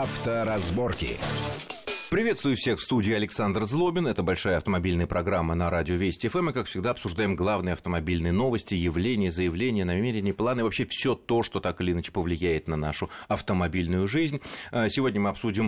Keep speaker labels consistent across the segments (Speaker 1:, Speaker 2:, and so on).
Speaker 1: Авторазборки.
Speaker 2: Приветствую всех в студии Александр Злобин. Это большая автомобильная программа на радио Вести ФМ. И, как всегда, обсуждаем главные автомобильные новости, явления, заявления, намерения, планы. Вообще все то, что так или иначе повлияет на нашу автомобильную жизнь. Сегодня мы обсудим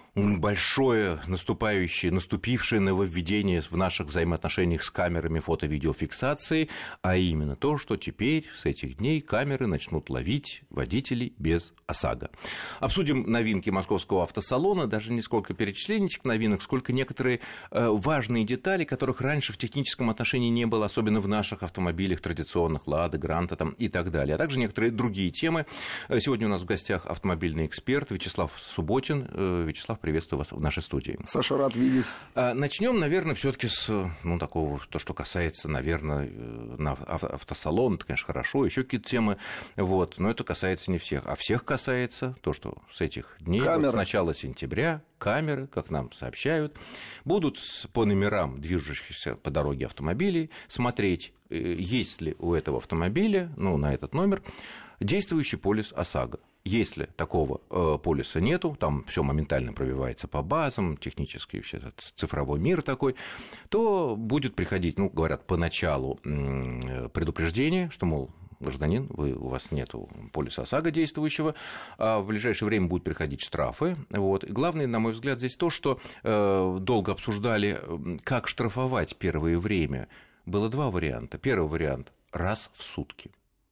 Speaker 2: большое наступившее нововведение в наших взаимоотношениях с камерами фото-видеофиксации, а именно то, что теперь с этих дней камеры начнут ловить водителей без ОСАГО. Обсудим новинки московского автосалона, даже не сколько перечислений этих новинок, сколько некоторые важные детали, которых раньше в техническом отношении не было, особенно в наших автомобилях традиционных, Лада, Гранта там, и так далее, а также некоторые другие темы. Сегодня у нас в гостях автомобильный эксперт Вячеслав Субботин. Вячеслав, приветствую вас в нашей студии.
Speaker 3: Саша, рад видеть.
Speaker 2: Начнем, наверное, все-таки с такого, то, что касается, наверное, автосалона. Это, конечно, хорошо, еще какие-то темы, но это касается не всех. А всех касается то, что с этих дней, с начала сентября, камеры, как нам сообщают, будут по номерам движущихся по дороге автомобилей смотреть, есть ли у этого автомобиля, на этот номер, действующий полис ОСАГО. Если такого полиса нету, там все моментально пробивается по базам, технический все этот цифровой мир такой, то будет приходить, говорят, поначалу предупреждение, что, мол, гражданин, у вас нет полиса ОСАГО действующего, а в ближайшее время будут приходить штрафы. И главное, на мой взгляд, здесь то, что долго обсуждали, как штрафовать первое время. Было два варианта. Первый вариант – раз в сутки.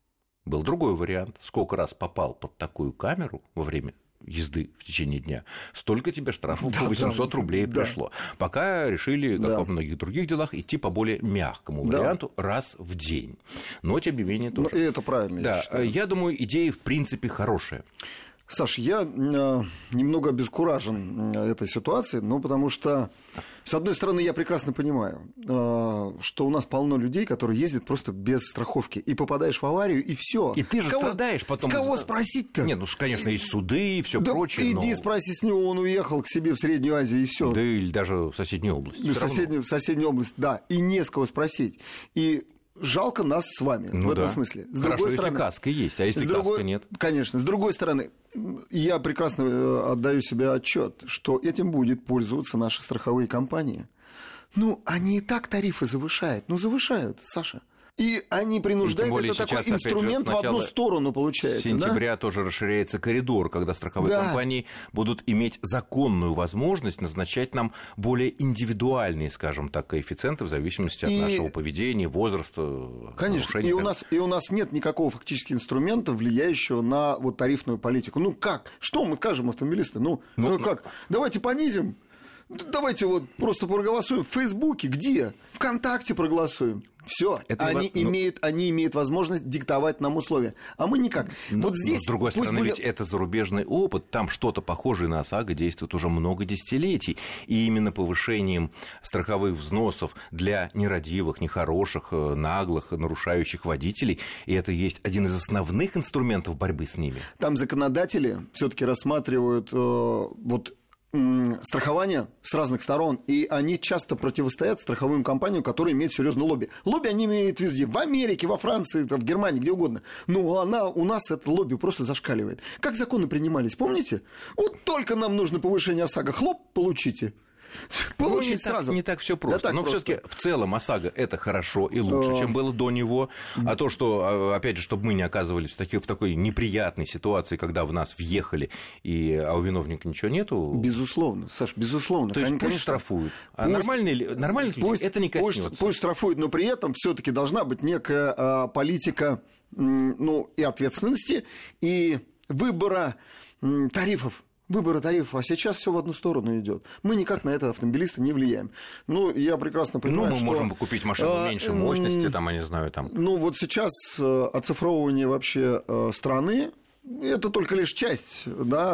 Speaker 2: Был другой вариант. Сколько раз попал под такую камеру во время езды в течение дня, столько тебе штрафов по 800 рублей пришло. Пока решили, как во многих других делах, идти по более мягкому варианту раз в день. Но, тем не менее, тоже.
Speaker 3: И это правильно,
Speaker 2: я думаю, идея, в принципе, хорошая.
Speaker 3: Саш, я немного обескуражен этой ситуацией, потому что, с одной стороны, я прекрасно понимаю, что у нас полно людей, которые ездят просто без страховки, и попадаешь в аварию, и все.
Speaker 2: И ты же страдаешь потом.
Speaker 3: С кого спросить-то?
Speaker 2: Нет, конечно, есть суды и все прочее.
Speaker 3: Иди спроси с него, он уехал к себе в Среднюю Азию, и все.
Speaker 2: Да, или даже в соседнюю область.
Speaker 3: В соседнюю область, и не с кого спросить. И жалко нас с вами в этом смысле.
Speaker 2: С другой стороны, если каска есть, а если каска нет?
Speaker 3: Конечно. С другой стороны, я прекрасно отдаю себе отчет, что этим будет пользоваться наши страховые компании. Они и так тарифы завышают. Завышают, Саша. И они принуждают, это такой инструмент в одну сторону, получается.
Speaker 2: С сентября тоже расширяется коридор, когда страховые компании будут иметь законную возможность назначать нам более индивидуальные, скажем так, коэффициенты в зависимости от нашего поведения, возраста.
Speaker 3: Конечно, и у нас нет никакого фактически инструмента, влияющего на тарифную политику. Как? Что мы скажем, автомобилисты? Как? Давайте понизим. Давайте просто проголосуем в Фейсбуке. Где? ВКонтакте проголосуем. Все. Они имеют возможность диктовать нам условия. А мы никак. Здесь.
Speaker 2: С другой стороны, ведь это зарубежный опыт. Там что-то похожее на ОСАГО действует уже много десятилетий. И именно повышением страховых взносов для нерадивых, нехороших, наглых, нарушающих водителей. И это есть один из основных инструментов борьбы с ними.
Speaker 3: Там законодатели все-таки рассматривают страхование с разных сторон, и они часто противостоят страховым компаниям, которые имеют серьезное лобби. Лобби они имеют везде, в Америке, во Франции, в Германии, где угодно. Но у нас это лобби просто зашкаливает. Как законы принимались, помните? Только нам нужно повышение ОСАГО, хлоп, получите. Получить сразу.
Speaker 2: Не так все просто. Но все-таки в целом ОСАГО это хорошо и лучше, чем было до него. А то, что, опять же, чтобы мы не оказывались в такой неприятной ситуации, когда в нас въехали, а у виновника ничего нету.
Speaker 3: Безусловно, Саш, безусловно.
Speaker 2: То есть пусть штрафуют. А нормальных людей это не коснется.
Speaker 3: Пусть штрафуют, но при этом все-таки должна быть некая политика и ответственности, и выбора тарифов. А сейчас все в одну сторону идет. Мы никак на это, автомобилисты, не влияем. Я прекрасно понимаю,
Speaker 2: мы можем купить машину меньшей мощности, я не знаю, там.
Speaker 3: Сейчас оцифровывание вообще страны, это только лишь часть,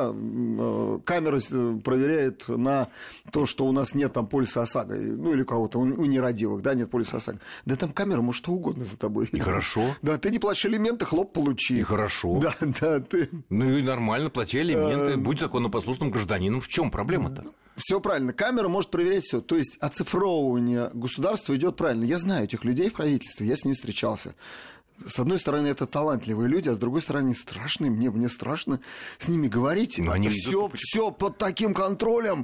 Speaker 3: камера проверяет на то, что у нас нет там полиса ОСАГО, или у кого-то, у нерадивых, нет полиса ОСАГО. Да там камера может что угодно за тобой.
Speaker 2: И хорошо.
Speaker 3: Да, ты не платишь алименты, хлоп, получи.
Speaker 2: И хорошо.
Speaker 3: Да, ты.
Speaker 2: И нормально, плати алименты, будь законопослушным гражданином. В чем проблема-то?
Speaker 3: Все правильно. Камера может проверять все. То есть оцифровывание государства идет правильно. Я знаю этих людей в правительстве, я с ними встречался. С одной стороны, это талантливые люди, а с другой стороны, страшные. Мне страшно с ними говорить. Все под таким контролем.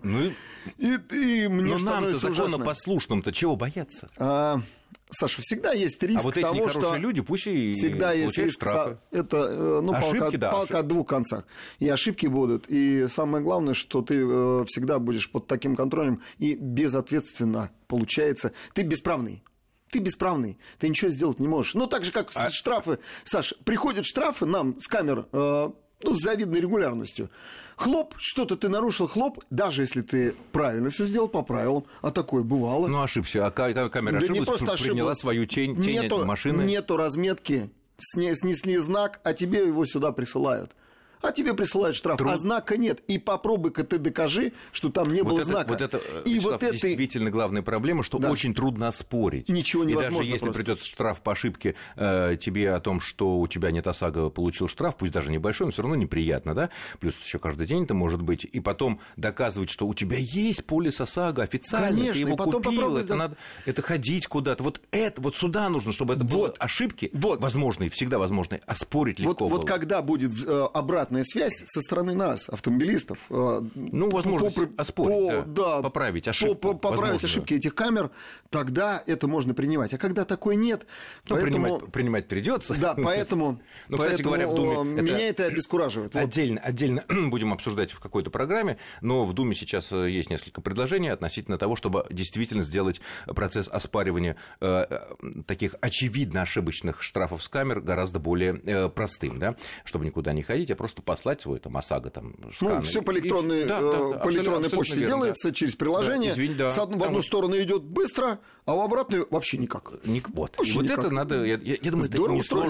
Speaker 3: И мне
Speaker 2: нам-то законопослушным-то чего бояться?
Speaker 3: Саша, всегда есть риск
Speaker 2: вот эти
Speaker 3: того, что...
Speaker 2: люди, пусть и
Speaker 3: всегда есть риск
Speaker 2: штрафы.
Speaker 3: Это палка о двух концах. И ошибки будут. И самое главное, что ты всегда будешь под таким контролем и безответственно, получается. Ты бесправный. Ты ничего сделать не можешь. Ну, так же, как штрафы. Саш, приходят штрафы нам с камер, с завидной регулярностью. Хлоп, что-то ты нарушил, даже если ты правильно все сделал по правилам, а такое бывало.
Speaker 2: Ошибся, а камера ошиблась, приняла свою тень машины.
Speaker 3: Нету разметки, снесли знак, а тебе его сюда присылают. А тебе присылают штраф, а знака нет. И попробуй-ка ты докажи, что там не было знака.
Speaker 2: Вот это действительно главная проблема, что очень трудно оспорить.
Speaker 3: Ничего невозможно.
Speaker 2: И даже если придет штраф по ошибке тебе о том, что у тебя нет ОСАГО, получил штраф, пусть даже небольшой, но все равно неприятно, да? Плюс еще каждый день это может быть. И потом доказывать, что у тебя есть полис ОСАГО официально,
Speaker 3: конечно,
Speaker 2: ты его купил, это ходить куда-то. Вот сюда нужно, чтобы это было оспорить возможные, всегда возможные, оспорить легко было.
Speaker 3: Вот когда будет обратно связь со стороны нас, автомобилистов.
Speaker 2: Возможно, оспорить, поправить ошибки.
Speaker 3: Поправить ошибки этих камер, тогда это можно принимать. А когда такой нет...
Speaker 2: Принимать придется.
Speaker 3: Да, поэтому
Speaker 2: кстати говоря, в Думе...
Speaker 3: Меня это обескураживает.
Speaker 2: Отдельно будем обсуждать в какой-то программе, но в Думе сейчас есть несколько предложений относительно того, чтобы действительно сделать процесс оспаривания таких очевидно ошибочных штрафов с камер гораздо более простым, да? Чтобы никуда не ходить, а просто послать свой ОСАГО, сканер.
Speaker 3: Все по электронной почте делается, через приложение. В одну сторону идет быстро, а в обратную вообще никак.
Speaker 2: Это надо, я думаю, это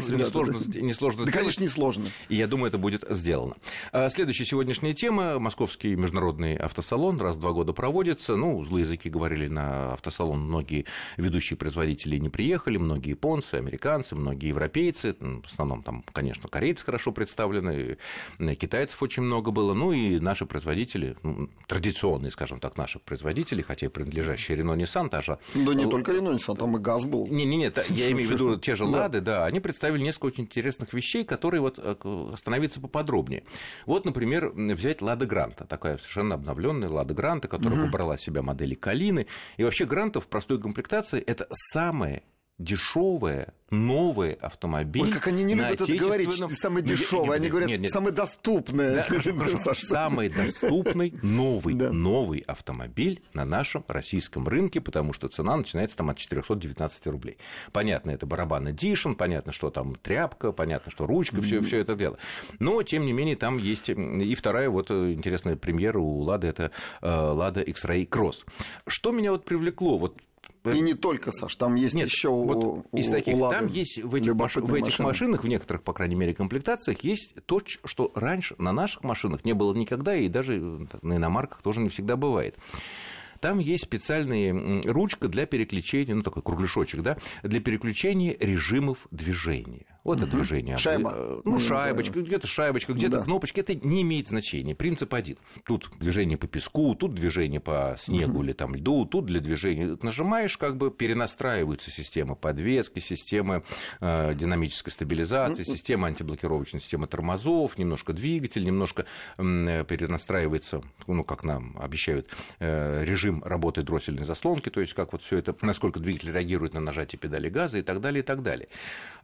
Speaker 2: не сложно сделать.
Speaker 3: Да, конечно, не сложно.
Speaker 2: И я думаю, это будет сделано. Следующая сегодняшняя тема. Московский международный автосалон раз в 2 года проводится. Злые языки говорили, на автосалон многие ведущие производители не приехали, многие японцы, американцы, многие европейцы. В основном там, конечно, корейцы хорошо представлены, китайцев очень много было, и наши производители, традиционные, скажем так, наши производители, хотя и принадлежащие Renault, Nissan, даже...
Speaker 3: Да не только Renault, Nissan, там и ГАЗ был.
Speaker 2: Нет, я имею в виду те же Лады, да, они представили несколько очень интересных вещей, которые остановиться поподробнее. Например, взять Лада Гранта, такая совершенно обновленная Лада Гранта, которая выбрала себя модели Калины, и вообще Гранта в простой комплектации – это самая дешевый новый автомобиль.
Speaker 3: Ой, как они не любят это говорить, самый дешевый, они говорят, самый доступный.
Speaker 2: Самый доступный новый автомобиль на нашем российском рынке, потому что цена начинается там от 419 рублей. Понятно, это барабан Edition, понятно, что там тряпка, понятно, что ручка, все это дело. Но, тем не менее, там есть и вторая интересная премьера у Лады, это Lada X-Ray Cross. Что меня привлекло,
Speaker 3: и не только, Саш, там есть еще
Speaker 2: из таких, там есть в этих машинах, в некоторых, по крайней мере, комплектациях, есть то, что раньше на наших машинах не было никогда, и даже на иномарках тоже не всегда бывает. Там есть специальная ручка для переключения, такой кругляшочек, да, для переключения режимов движения. Это движение. Шайбочка, где-то шайбочка, где-то кнопочка. Это не имеет значения. Принцип один. Тут движение по песку, тут движение по снегу или льду, тут для движения. Нажимаешь, перенастраиваются системы подвески, системы динамической стабилизации, система антиблокировочной, система тормозов, немножко двигатель, немножко перенастраивается, как нам обещают, режим работы дроссельной заслонки, то есть как все это, насколько двигатель реагирует на нажатие педали газа и так далее, и так далее.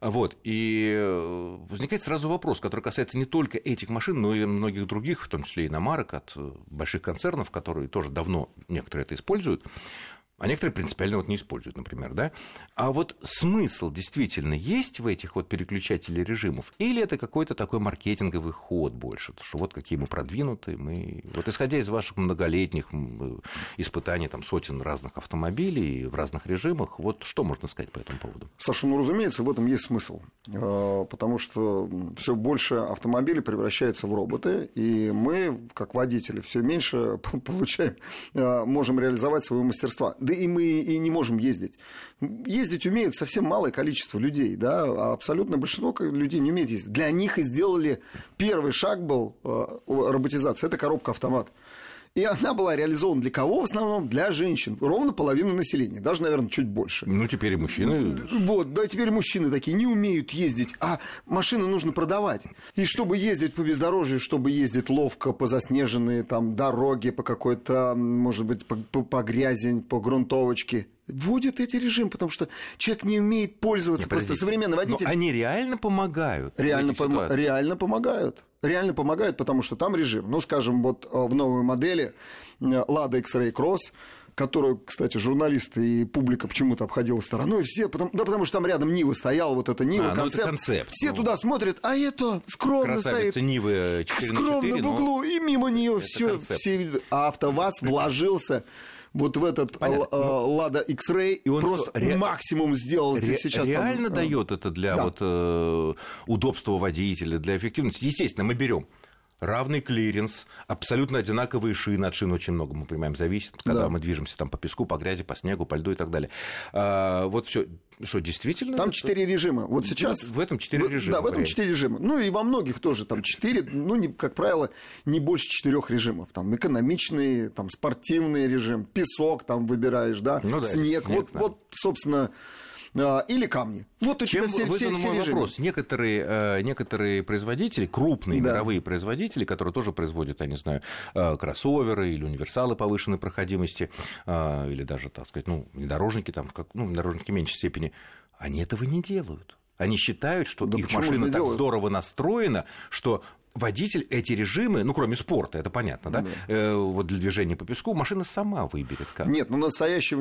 Speaker 2: И возникает сразу вопрос, который касается не только этих машин, но и многих других, в том числе и иномарок от больших концернов, которые тоже давно некоторые это используют, а некоторые принципиально не используют, например, да? А смысл действительно есть в этих переключателях режимов? Или это какой-то такой маркетинговый ход больше? Что какие мы продвинутые, мы... исходя из ваших многолетних испытаний сотен разных автомобилей в разных режимах, что можно сказать по этому поводу?
Speaker 3: Саша, разумеется, в этом есть смысл. Потому что все больше автомобилей превращаются в роботы, и мы, как водители, все меньше получаем, можем реализовать свое мастерство. Да и мы и не можем ездить. Ездить умеет совсем малое количество людей, да, а абсолютное большинство людей не умеет ездить. Для них и сделали первый шаг был роботизация, это коробка-автомат. И она была реализована для кого? В основном для женщин. Ровно половину населения. Даже, наверное, чуть больше.
Speaker 2: Ну, теперь и мужчины.
Speaker 3: Вот, да, теперь мужчины такие не умеют ездить, а машины нужно продавать. И чтобы ездить по бездорожью, чтобы ездить ловко по заснеженной там дороге, по какой-то, может быть, по грязи, по грунтовочке, вводят эти режимы, потому что человек не умеет пользоваться. Просто современный водитель...
Speaker 2: Но они реально помогают?
Speaker 3: Реально помогают. Реально помогают, потому что там режим. Ну, скажем, вот в новой модели Lada X-Ray Cross, которую, кстати, журналисты и публика почему-то обходила стороной. Все, потому что там рядом Нива стояла, вот эта Нива, концепт. Все туда смотрят, а это скромно стоит.
Speaker 2: Нивы 4/4,
Speaker 3: скромно в углу, и мимо нее все. А АвтоВАЗ вложился... Вот в этот Lada X-Ray и он просто максимум сделал здесь сейчас.
Speaker 2: Реально дает это для удобства водителя, для эффективности. Естественно, мы берем равный клиренс, абсолютно одинаковые шины. От шин очень много, мы понимаем, зависит, когда мы движемся там по песку, по грязи, по снегу, по льду и так далее. Вот все. Что, действительно?
Speaker 3: Там 4 режима. Вот сейчас...
Speaker 2: В этом 4 режима.
Speaker 3: Да, в этом 4 режима. Ну, и во многих тоже там 4, ну, как правило, не больше 4 режимов. Там экономичный, там спортивный режим, песок там выбираешь, да, снег. Вот, собственно... Или камни. Вот у тебя все режимы.
Speaker 2: Вопрос. Некоторые производители, крупные мировые производители, которые тоже производят, я не знаю, кроссоверы или универсалы повышенной проходимости, или даже, так сказать, внедорожники, там, внедорожники в меньшей степени, они этого не делают. Они считают, что их машина так здорово настроена, что водитель эти режимы, кроме спорта, это понятно, да? Вот для движения по песку машина сама выберет как.
Speaker 3: Нет, настоящий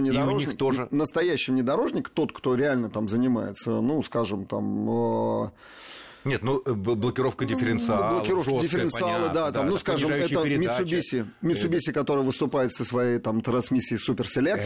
Speaker 3: внедорожник, тот, кто реально там занимается, скажем, там...
Speaker 2: Нет, блокировка дифференциала.
Speaker 3: Блокировка дифференциала, да, там, скажем, это Mitsubishi, который выступает со своей там трансмиссией Super Select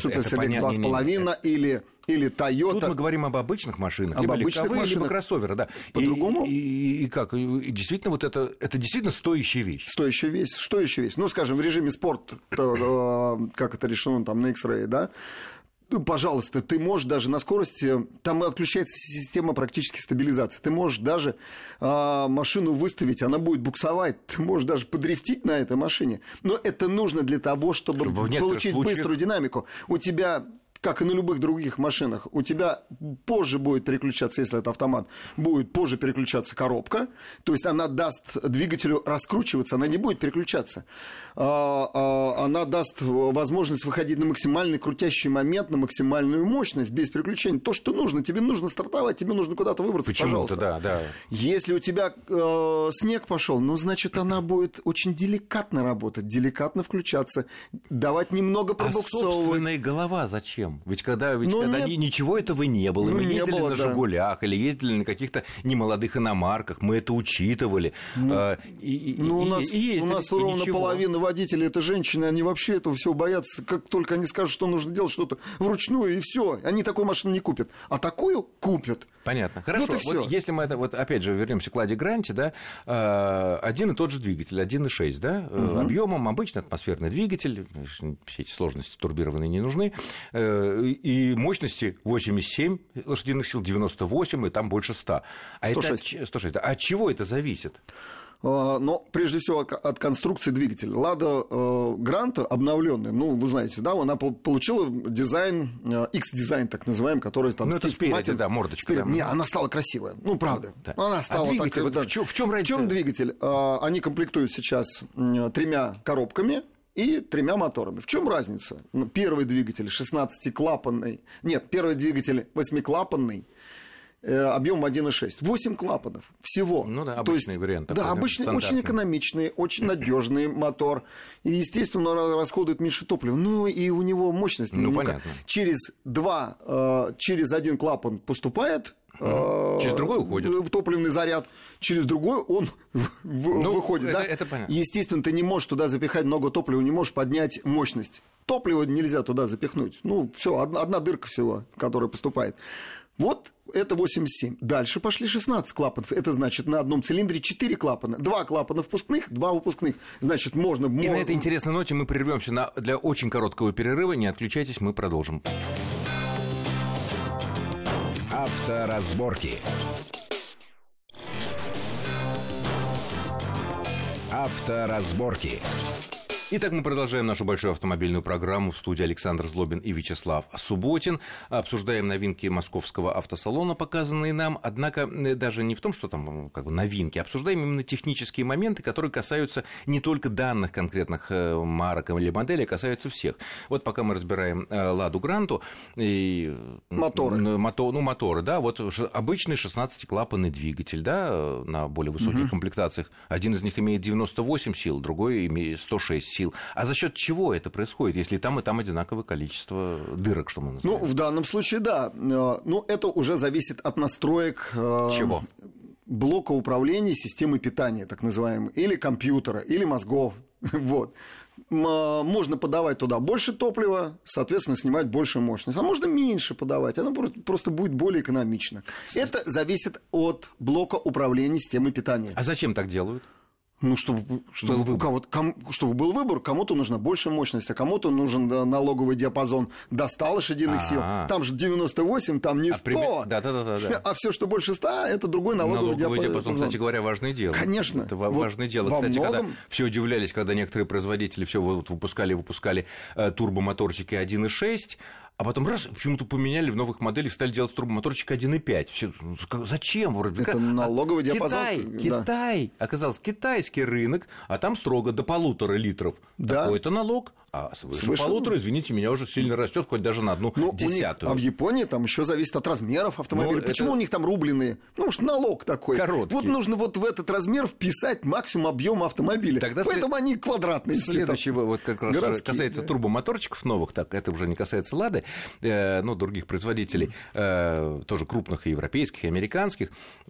Speaker 3: 2,5 или Toyota.
Speaker 2: Тут мы говорим об обычных машинах, либо легковые, либо кроссоверы, да.
Speaker 3: По-другому?
Speaker 2: И как? И действительно, вот это действительно стоящая вещь.
Speaker 3: Стоящая вещь. Скажем, в режиме спорт, как это решено там на X-Ray, да, пожалуйста, ты можешь даже на скорости, там отключается система практически стабилизации, ты можешь даже машину выставить, она будет буксовать, ты можешь даже подрифтить на этой машине, но это нужно для того, чтобы получить быструю динамику. У тебя... как и на любых других машинах, у тебя позже будет переключаться, если это автомат, будет позже переключаться коробка, то есть она даст двигателю раскручиваться, она не будет переключаться. Она даст возможность выходить на максимальный крутящий момент, на максимальную мощность без переключения. То, что нужно, тебе нужно стартовать, тебе нужно куда-то выбраться,
Speaker 2: почему-то,
Speaker 3: пожалуйста.
Speaker 2: Да.
Speaker 3: Если у тебя снег пошел, значит, она будет очень деликатно работать, деликатно включаться, давать немного пробуксовывать.
Speaker 2: А собственная голова зачем? Ведь когда ничего этого не было, мы ездили на «Жигулях» или ездили на каких-то немолодых иномарках, мы это учитывали.
Speaker 3: У нас ровно половина водителей это женщины, они вообще этого всего боятся. Как только они скажут, что нужно делать что-то вручную, и все, они такую машину не купят. А такую купят.
Speaker 2: Понятно. Хорошо. Вот если мы это, опять же, вернемся к Ладе Гранте, да, один и тот же двигатель, 1,6, да, объемом обычный атмосферный двигатель, все эти сложности турбированные не нужны. И мощности 87 лошадиных сил, 98, и там больше 100. 106. А от чего это зависит?
Speaker 3: Но прежде всего от конструкции двигателя. Лада Гранта обновленная, вы знаете, да, она получила дизайн, X-дизайн, так называемый, который там...
Speaker 2: это спереди, да, мордочка.
Speaker 3: Не, она стала красивая, правда.
Speaker 2: Да.
Speaker 3: Она стала
Speaker 2: двигатель,
Speaker 3: так...
Speaker 2: В чем разница?
Speaker 3: В чем двигатель? Они комплектуют сейчас 3 коробками и 3 моторами. В чем разница? Первый двигатель 16-клапанный, первый двигатель 8-клапанный, объем 1,6. 8 клапанов всего.
Speaker 2: Обычный вариант.
Speaker 3: Да, обычный, очень экономичный, очень надежный мотор. И, естественно, расходует меньше топлива. И у него мощность.
Speaker 2: Понятно.
Speaker 3: Через 1 клапан поступает.
Speaker 2: Через другой уходит.
Speaker 3: Топливный заряд. Через другой он выходит.
Speaker 2: Это понятно.
Speaker 3: Естественно, ты не можешь туда запихать много топлива, не можешь поднять мощность. Топливо нельзя туда запихнуть. Все, одна дырка всего, которая поступает. Вот это 87. Дальше пошли 16 клапанов. Это значит, на одном цилиндре 4 клапана. 2 клапана впускных, 2 выпускных. Значит, можно...
Speaker 2: И на этой интересной ноте мы прервемся для очень короткого перерыва. Не отключайтесь, мы продолжим.
Speaker 1: Авторазборки. Авторазборки.
Speaker 2: Итак, мы продолжаем нашу большую автомобильную программу. В студии Александр Злобин и Вячеслав Субботин. Обсуждаем новинки московского автосалона, показанные нам. Однако даже не в том, что там как бы новинки, обсуждаем именно технические моменты, которые касаются не только данных конкретных марок или моделей, а касаются всех. Вот пока мы разбираем «Ладу Гранту» и моторы, да, вот обычный 16-клапанный двигатель, да, на более высоких комплектациях. Один из них имеет 98 сил, другой имеет 106 сил. А за счет чего это происходит, если и там одинаковое количество дырок, что мы называем?
Speaker 3: Ну, в данном случае, да. Ну, это уже зависит от настроек...
Speaker 2: Чего?
Speaker 3: Блока управления системой питания, так называемой, или компьютера, или мозгов. Вот. Можно подавать туда больше топлива, соответственно, снимать большую мощность. А можно меньше подавать, оно просто будет более экономично. Это зависит от блока управления системой питания.
Speaker 2: А зачем так делают?
Speaker 3: Ну, чтобы был выбор, кому-то нужна большая мощность, а кому-то нужен налоговый диапазон до 100 лошадиных сил. Там же 98, там не 100.
Speaker 2: Да.
Speaker 3: А все, что больше 100, это другой налоговый диапазон.
Speaker 2: Кстати говоря, важное дело.
Speaker 3: Конечно.
Speaker 2: Это важное дело. Кстати, когда все удивлялись, когда некоторые производители все выпускали турбомоторчики 1.6, а потом раз, почему-то поменяли в новых моделях, стали делать турбомоторчик 1.5. Все, зачем? Вроде
Speaker 3: это налоговый диапазон.
Speaker 2: Китай. Оказалось, китайский рынок, а там строго до 1,5 литров.
Speaker 3: Да.
Speaker 2: Такой-то налог. А свыше 1,5, извините меня, уже сильно растет, хоть даже на 1/10.
Speaker 3: А в Японии там еще зависит от размеров автомобиля. Почему у них там рубленые? Потому что налог такой.
Speaker 2: Короткий.
Speaker 3: Вот нужно вот в этот размер вписать максимум объема автомобиля. Поэтому они квадратные.
Speaker 2: Следующее, вот как раз касается турбомоторчиков новых, так это уже не касается «Лады», других производителей, тоже крупных и европейских, и американских.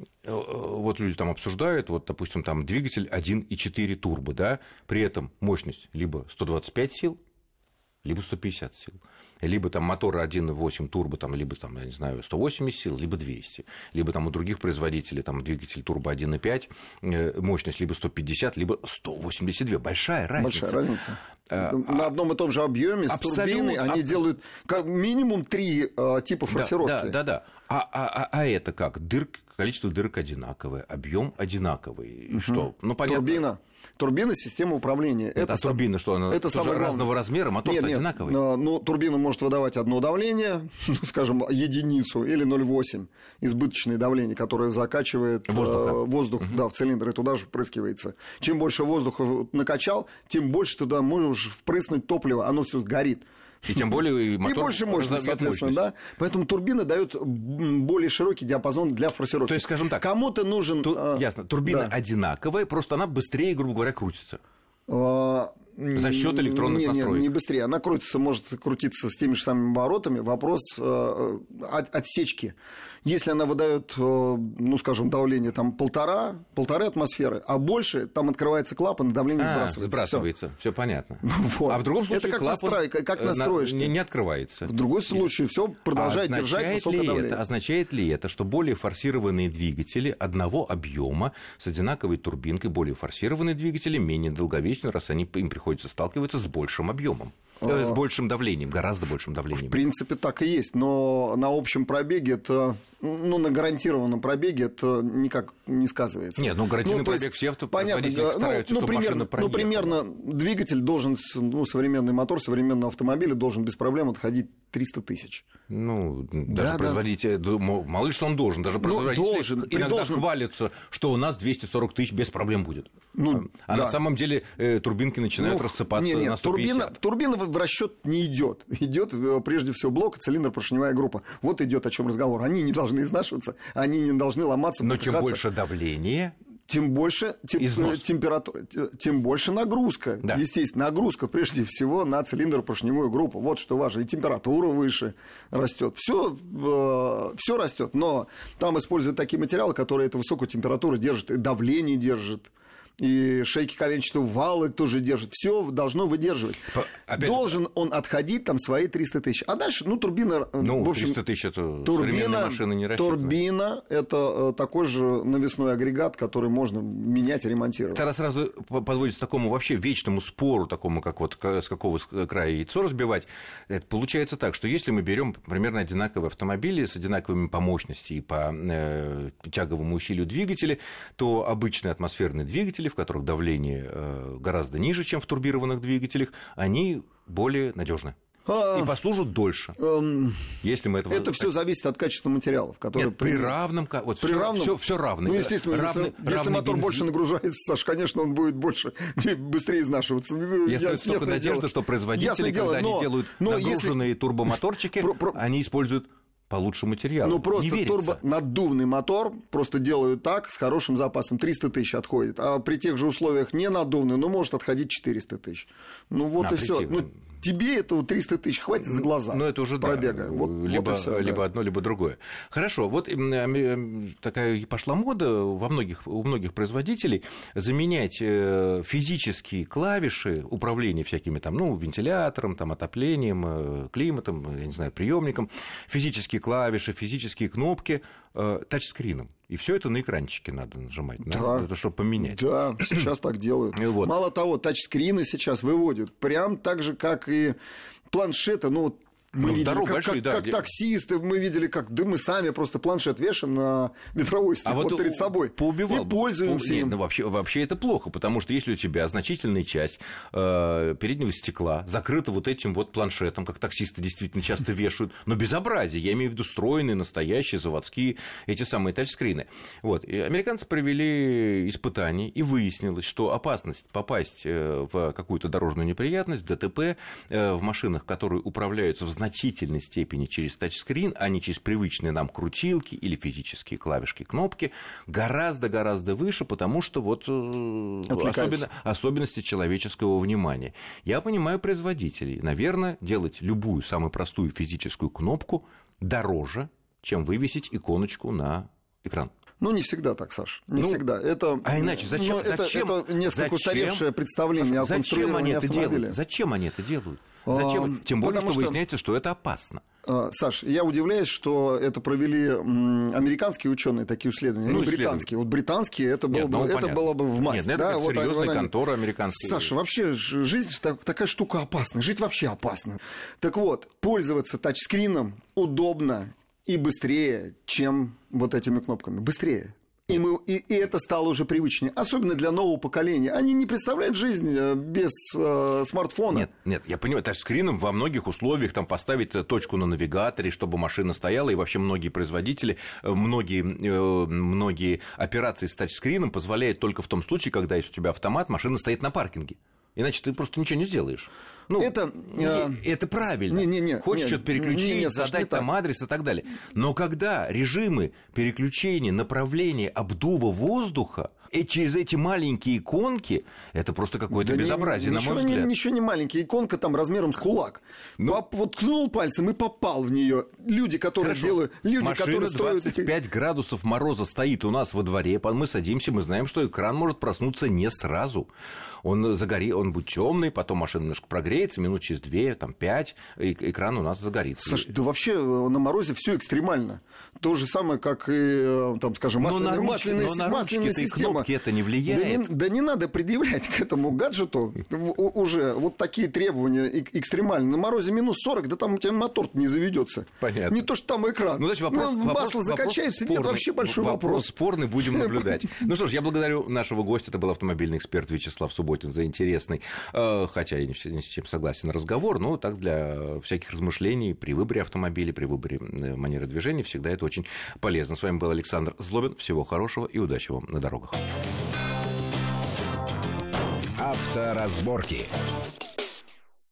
Speaker 2: Вот люди там обсуждают, вот, допустим, там двигатель 1.4 турбо, да, при этом мощность либо 125 сил, либо 150 сил. Либо там моторы 1.8 турбо, там, либо там, я не знаю, 180 сил, либо 200. Либо там у других производителей там двигатель турбо 1.5, мощность либо 150, либо 182. Большая разница.
Speaker 3: Большая разница. На одном и том же объеме с турбиной они делают как минимум 3 типа форсировки.
Speaker 2: Да. А это как? Количество дырок одинаковое, объем одинаковый. Что? Ну, понятно.
Speaker 3: Турбина – система управления.
Speaker 2: Турбина, что она
Speaker 3: это
Speaker 2: тоже разного размера, мотор одинаковый?
Speaker 3: Нет, турбина может выдавать одно давление, скажем, единицу или 0,8 избыточное давление, которое закачивает воздух в цилиндр, и туда же впрыскивается. Чем больше воздуха накачал, тем больше туда можешь впрыснуть топливо, оно все сгорит.
Speaker 2: И тем более мотор...
Speaker 3: И больше мощности, соответственно, да. Поэтому турбина дает более широкий диапазон для форсировки.
Speaker 2: То есть, скажем так...
Speaker 3: Кому-то нужен...
Speaker 2: Ясно. Турбина одинаковая, просто она быстрее, грубо говоря, крутится. За счет электронных настроек.
Speaker 3: Не быстрее. Она может крутиться с теми же самыми оборотами. Вопрос отсечки. Если она выдает, скажем, давление там 1,5 атмосферы, а больше, там открывается клапан, и давление
Speaker 2: сбрасывается. Все понятно.
Speaker 3: Вот.
Speaker 2: А в другом случае
Speaker 3: это
Speaker 2: клапан
Speaker 3: как настроишь
Speaker 2: не открывается.
Speaker 3: В другом случае все продолжает держать высокое давление.
Speaker 2: Означает ли это, что более форсированные двигатели одного объема с одинаковой турбинкой, более форсированные двигатели менее долговечны, раз им приходится сталкиваться с большим объемом? С большим давлением, гораздо большим давлением.
Speaker 3: В принципе, так и есть, но на общем пробеге это, на гарантированном пробеге это никак не сказывается.
Speaker 2: Нет, гарантированный пробег все автопроизводители стараются, чтобы машина проехала.
Speaker 3: Примерно двигатель должен, современный мотор современного автомобиля должен без проблем отходить 300 тысяч.
Speaker 2: Даже производитель, мало ли что он должен, даже производитель иногда хвалится, что у нас 240 тысяч без проблем будет. На самом деле турбинки начинают рассыпаться на 150.
Speaker 3: Турбина в расчет не идет. Идет прежде всего блок, цилиндр, поршневая группа. Вот идет о чем разговор. Они не должны изнашиваться, они не должны ломаться.
Speaker 2: Но чем больше давление,
Speaker 3: тем больше температура, тем больше нагрузка. Да. Естественно, нагрузка прежде всего на цилиндр-поршневую группу. Вот что важно. И температура выше растет. Все растет, но там используют такие материалы, которые эту высокую температуру держат, и давление держат. И шейки коленчатого вала тоже держит. Все должно выдерживать. Должен он отходить там свои 300 тысяч. А дальше, турбина... в общем,
Speaker 2: 300 тысяч это современные машины не рассчитывают.
Speaker 3: Турбина – это такой же навесной агрегат, который можно менять и ремонтировать.
Speaker 2: Тогда сразу позволить такому вообще вечному спору, такому, как с какого края яйцо разбивать. Это получается так, что если мы берем примерно одинаковые автомобили с одинаковыми по мощности и по тяговому усилию двигателя, то обычный атмосферный двигатель двигатели, в которых давление гораздо ниже, чем в турбированных двигателях, они более надежны. И послужат дольше, если мы этого...
Speaker 3: Это все зависит от качества материалов, которые...
Speaker 2: Нет, при равном... Вот все равно.
Speaker 3: Ну, естественно, если мотор больше нагружается, Саш, конечно, он будет быстрее изнашиваться.
Speaker 2: Есть только надежда, что производители, когда они делают нагруженные турбомоторчики, они используют получше материал.
Speaker 3: Ну, просто турбонаддувный мотор просто делают так, с хорошим запасом. 300 тысяч отходит. А при тех же условиях не наддувный, может отходить 400 тысяч. Ну, вот и все. Тебе этого 300 тысяч хватит за глаза.
Speaker 2: Ну, это уже
Speaker 3: пробега.
Speaker 2: Да. Либо одно, либо другое. Хорошо. Вот такая пошла мода у многих производителей заменять физические клавиши управления всякими там, вентилятором, там, отоплением, климатом, я не знаю, приемником, физические клавиши, физические кнопки тачскрином. И все это на экранчике надо нажимать, это чтобы поменять.
Speaker 3: Да, сейчас так делают.
Speaker 2: Вот.
Speaker 3: Мало того, тачскрины сейчас выводят прям так же, как и планшеты. Мы видели, как таксисты, мы видели, мы сами просто планшет вешаем на ветровой стекло перед собой и пользуемся им.
Speaker 2: Вообще это плохо, потому что если у тебя значительная часть переднего стекла закрыта вот этим вот планшетом, как таксисты действительно часто вешают, но безобразие, я имею в виду встроенные, настоящие, заводские, эти самые тачскрины. Вот. И американцы провели испытания, и выяснилось, что опасность попасть в какую-то дорожную неприятность, в ДТП, в машинах, которые управляются в значительной степени через тачскрин, а не через привычные нам крутилки или физические клавишки, кнопки, гораздо-гораздо выше, потому что особенности человеческого внимания. Я понимаю производителей. Наверное, делать любую самую простую физическую кнопку дороже, чем вывесить иконочку на экран.
Speaker 3: Не всегда так, Саш, не всегда.
Speaker 2: Иначе зачем?
Speaker 3: Это несколько устаревшее представление о конструировании автомобиля.
Speaker 2: Зачем они это делают? Зачем? Тем более, что выясняется, что это опасно.
Speaker 3: Саш, я удивляюсь, что это провели американские ученые такие исследования, а не британские. Вот британские, это было бы в массе.
Speaker 2: Нет, это серьезные конторы американские.
Speaker 3: Саша, вообще жизнь такая штука опасная. Жить вообще опасно. Так вот, пользоваться тачскрином удобно и быстрее, чем вот этими кнопками. Быстрее. И это стало уже привычнее, особенно для нового поколения. Они не представляют жизнь без смартфона.
Speaker 2: Нет, я понимаю, тачскрином во многих условиях там поставить точку на навигаторе, чтобы машина стояла, и вообще многие производители, многие операции с тачскрином позволяют только в том случае, когда есть у тебя автомат, машина стоит на паркинге. Иначе ты просто ничего не сделаешь. Это правильно. Хочешь что-то переключить, задать там адрес и так далее. Но когда режимы переключения, направления, обдува воздуха через эти маленькие иконки, это просто какое-то безобразие, на мой взгляд.
Speaker 3: Ничего не маленькие. Иконка там размером с кулак. Вот ткнул пальцем и попал в нее. Люди, которые делают...
Speaker 2: Машина 25 градусов мороза стоит у нас во дворе, мы садимся, мы знаем, что экран может проснуться не сразу. Он будет темный, потом машина немножко прогреется, минут через 2, 5, экран у нас загорится.
Speaker 3: Саш, да вообще на морозе все экстремально. То же самое, как и, масляная система.
Speaker 2: Кнопки это не влияет.
Speaker 3: Да не надо предъявлять к этому гаджету уже вот такие требования экстремальные. На морозе минус 40, да там у тебя мотор не заведется.
Speaker 2: Понятно.
Speaker 3: Не то, что там экран. Масло закачается, нет, вообще большой вопрос.
Speaker 2: Вопрос спорный, будем наблюдать. Ну что ж, я благодарю нашего гостя. Это был автомобильный эксперт Вячеслав Субботин за интересный, хотя я ни с чем согласен, разговор, но так для всяких размышлений при выборе автомобиля, при выборе манеры движения всегда это очень полезно. С вами был Александр Злобин. Всего хорошего и удачи вам на дорогах.
Speaker 1: Авторазборки.